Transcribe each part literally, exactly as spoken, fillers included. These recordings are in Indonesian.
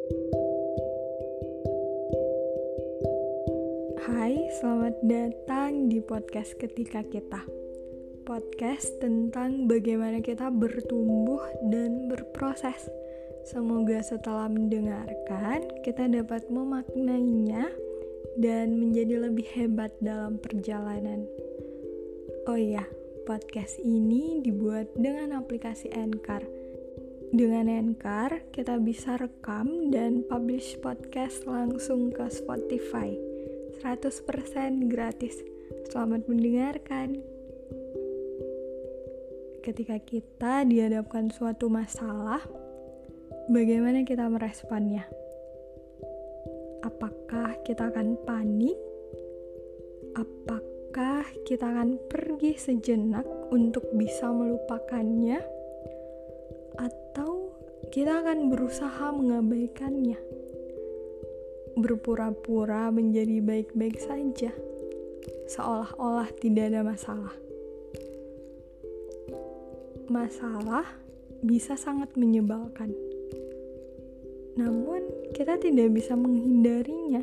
Hai, selamat datang di podcast Ketika Kita. Podcast tentang bagaimana kita bertumbuh dan berproses. Semoga setelah mendengarkan, kita dapat memaknainya dan menjadi lebih hebat dalam perjalanan. Oh iya, podcast ini dibuat dengan aplikasi Anchor. Dengan Anchor, kita bisa rekam dan publish podcast langsung ke Spotify. seratus persen gratis. Selamat mendengarkan. Ketika kita dihadapkan suatu masalah, bagaimana kita meresponnya? Apakah kita akan panik? Apakah kita akan pergi sejenak untuk bisa melupakannya? Atau kita akan berusaha mengabaikannya, berpura-pura menjadi baik-baik saja, seolah-olah tidak ada masalah. Masalah bisa sangat menyebalkan, namun kita tidak bisa menghindarinya.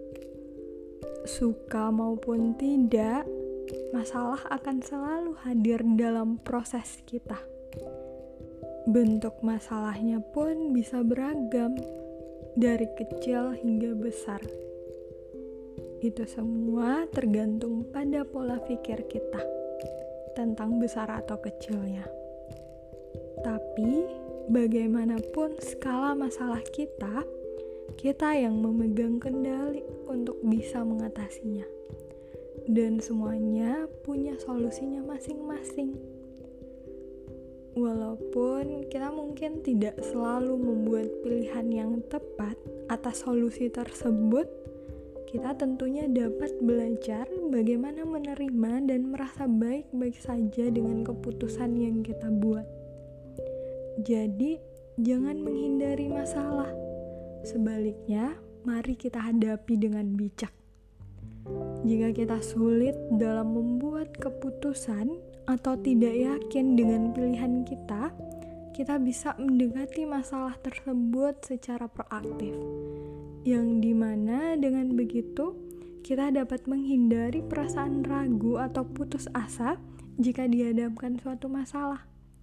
Suka maupun tidak, masalah akan selalu hadir dalam proses kita. Bentuk masalahnya pun bisa beragam, dari kecil hingga besar. Itu semua tergantung pada pola pikir kita tentang besar atau kecilnya. Tapi, bagaimanapun skala masalah kita, kita yang memegang kendali untuk bisa mengatasinya. Dan semuanya punya solusinya masing-masing. Walaupun kita mungkin tidak selalu membuat pilihan yang tepat atas solusi tersebut, kita tentunya dapat belajar bagaimana menerima dan merasa baik-baik saja dengan keputusan yang kita buat. Jadi, jangan menghindari masalah. Sebaliknya, mari kita hadapi dengan bijak. Jika kita sulit dalam membuat keputusan, atau tidak yakin dengan pilihan kita, kita bisa mendekati masalah tersebut secara proaktif. Yang dimana dengan begitu, kita dapat menghindari perasaan ragu atau putus asa jika dihadapkan suatu masalah.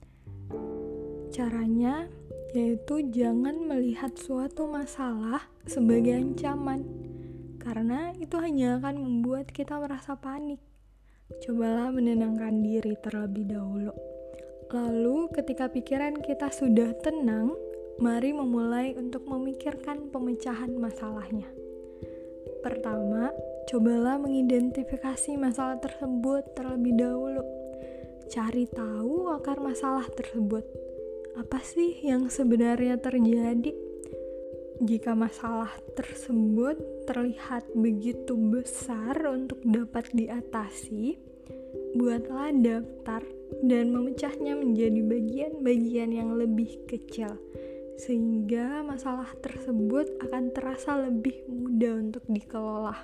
Caranya yaitu jangan melihat suatu masalah sebagai ancaman, karena itu hanya akan membuat kita merasa panik. Cobalah menenangkan diri terlebih dahulu. Lalu ketika pikiran kita sudah tenang, mari memulai untuk memikirkan pemecahan masalahnya. Pertama, cobalah mengidentifikasi masalah tersebut terlebih dahulu. Cari tahu akar masalah tersebut. Apa sih yang sebenarnya terjadi? Jika masalah tersebut terlihat begitu besar untuk dapat diatasi, buatlah daftar dan memecahnya menjadi bagian-bagian yang lebih kecil, sehingga masalah tersebut akan terasa lebih mudah untuk dikelola.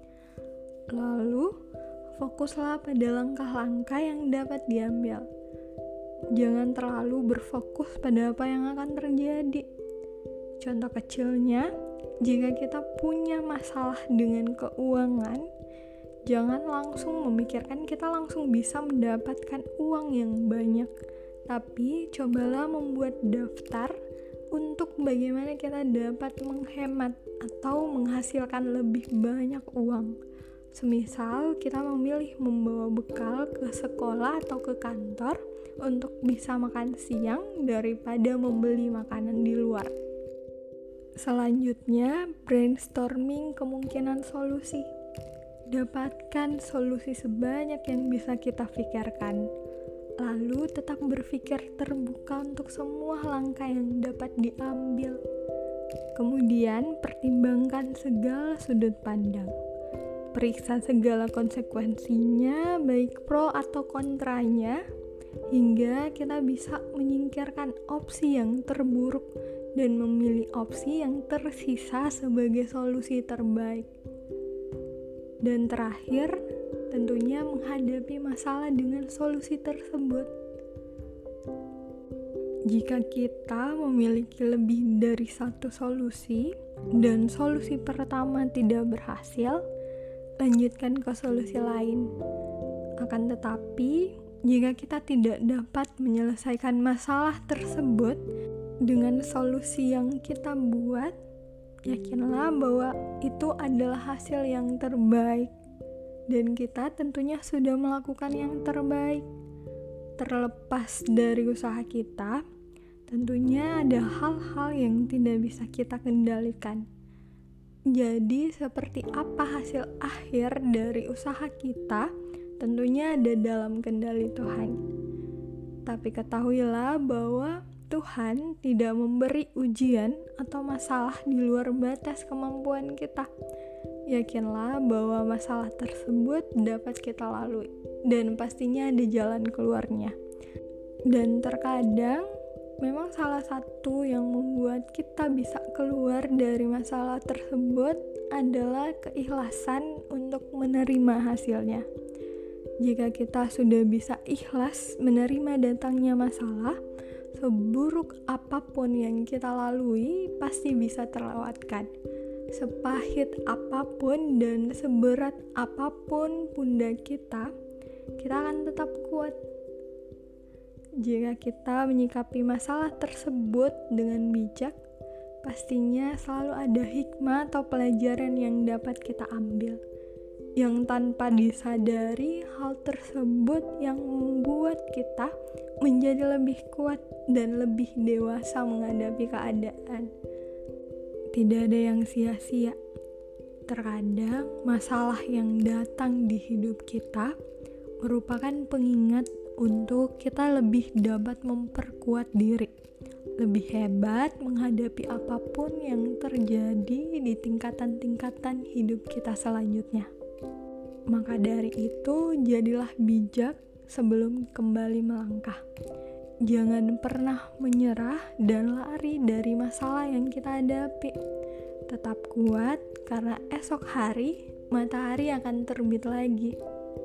Lalu, fokuslah pada langkah-langkah yang dapat diambil. Jangan terlalu berfokus pada apa yang akan terjadi. Contoh kecilnya, jika kita punya masalah dengan keuangan, jangan langsung memikirkan kita langsung bisa mendapatkan uang yang banyak. Tapi, cobalah membuat daftar untuk bagaimana kita dapat menghemat atau menghasilkan lebih banyak uang. Semisal, kita memilih membawa bekal ke sekolah atau ke kantor untuk bisa makan siang daripada membeli makanan di luar. Selanjutnya, brainstorming kemungkinan solusi. Dapatkan solusi sebanyak yang bisa kita pikirkan. Lalu tetap berpikir terbuka untuk semua langkah yang dapat diambil. Kemudian, pertimbangkan segala sudut pandang. Periksa segala konsekuensinya, baik pro atau kontranya, hingga kita bisa menyingkirkan opsi yang terburuk dan memilih opsi yang tersisa sebagai solusi terbaik. Dan terakhir, tentunya menghadapi masalah dengan solusi tersebut. Jika kita memiliki lebih dari satu solusi dan solusi pertama tidak berhasil, lanjutkan ke solusi lain. Akan tetapi, jika kita tidak dapat menyelesaikan masalah tersebut dengan solusi yang kita buat, yakinlah bahwa itu adalah hasil yang terbaik. Dan kita tentunya sudah melakukan yang terbaik. Terlepas dari usaha kita, tentunya ada hal-hal yang tidak bisa kita kendalikan. Jadi, seperti apa hasil akhir dari usaha kita, tentunya ada dalam kendali Tuhan. Tapi ketahuilah bahwa Tuhan tidak memberi ujian atau masalah di luar batas kemampuan kita. Yakinlah bahwa masalah tersebut dapat kita lalui dan pastinya ada jalan keluarnya. Dan terkadang memang salah satu yang membuat kita bisa keluar dari masalah tersebut adalah keikhlasan untuk menerima hasilnya. Jika kita sudah bisa ikhlas menerima datangnya masalah, seburuk apapun yang kita lalui pasti bisa terlewatkan. Sepahit apapun dan seberat apapun pundak kita, kita akan tetap kuat. Jika kita menyikapi masalah tersebut dengan bijak, pastinya selalu ada hikmah atau pelajaran yang dapat kita ambil. Yang tanpa disadari, hal tersebut yang membuat kita menjadi lebih kuat dan lebih dewasa menghadapi keadaan. Tidak ada yang sia-sia. Terkadang masalah yang datang di hidup kita merupakan pengingat untuk kita lebih dapat memperkuat diri, lebih hebat menghadapi apapun yang terjadi di tingkatan-tingkatan hidup kita selanjutnya. Maka dari itu, jadilah bijak sebelum kembali melangkah. Jangan pernah menyerah dan lari dari masalah yang kita hadapi. Tetap kuat, karena esok hari matahari akan terbit lagi.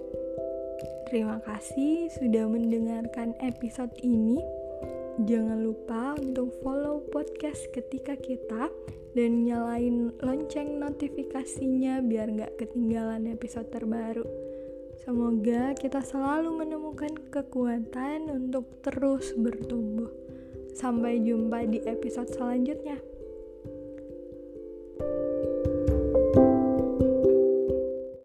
Terima kasih sudah mendengarkan episode ini. Jangan lupa untuk follow podcast Ketika Kita dan nyalain lonceng notifikasinya biar gak ketinggalan episode terbaru. Semoga kita selalu menemukan kekuatan untuk terus bertumbuh. Sampai jumpa di episode selanjutnya.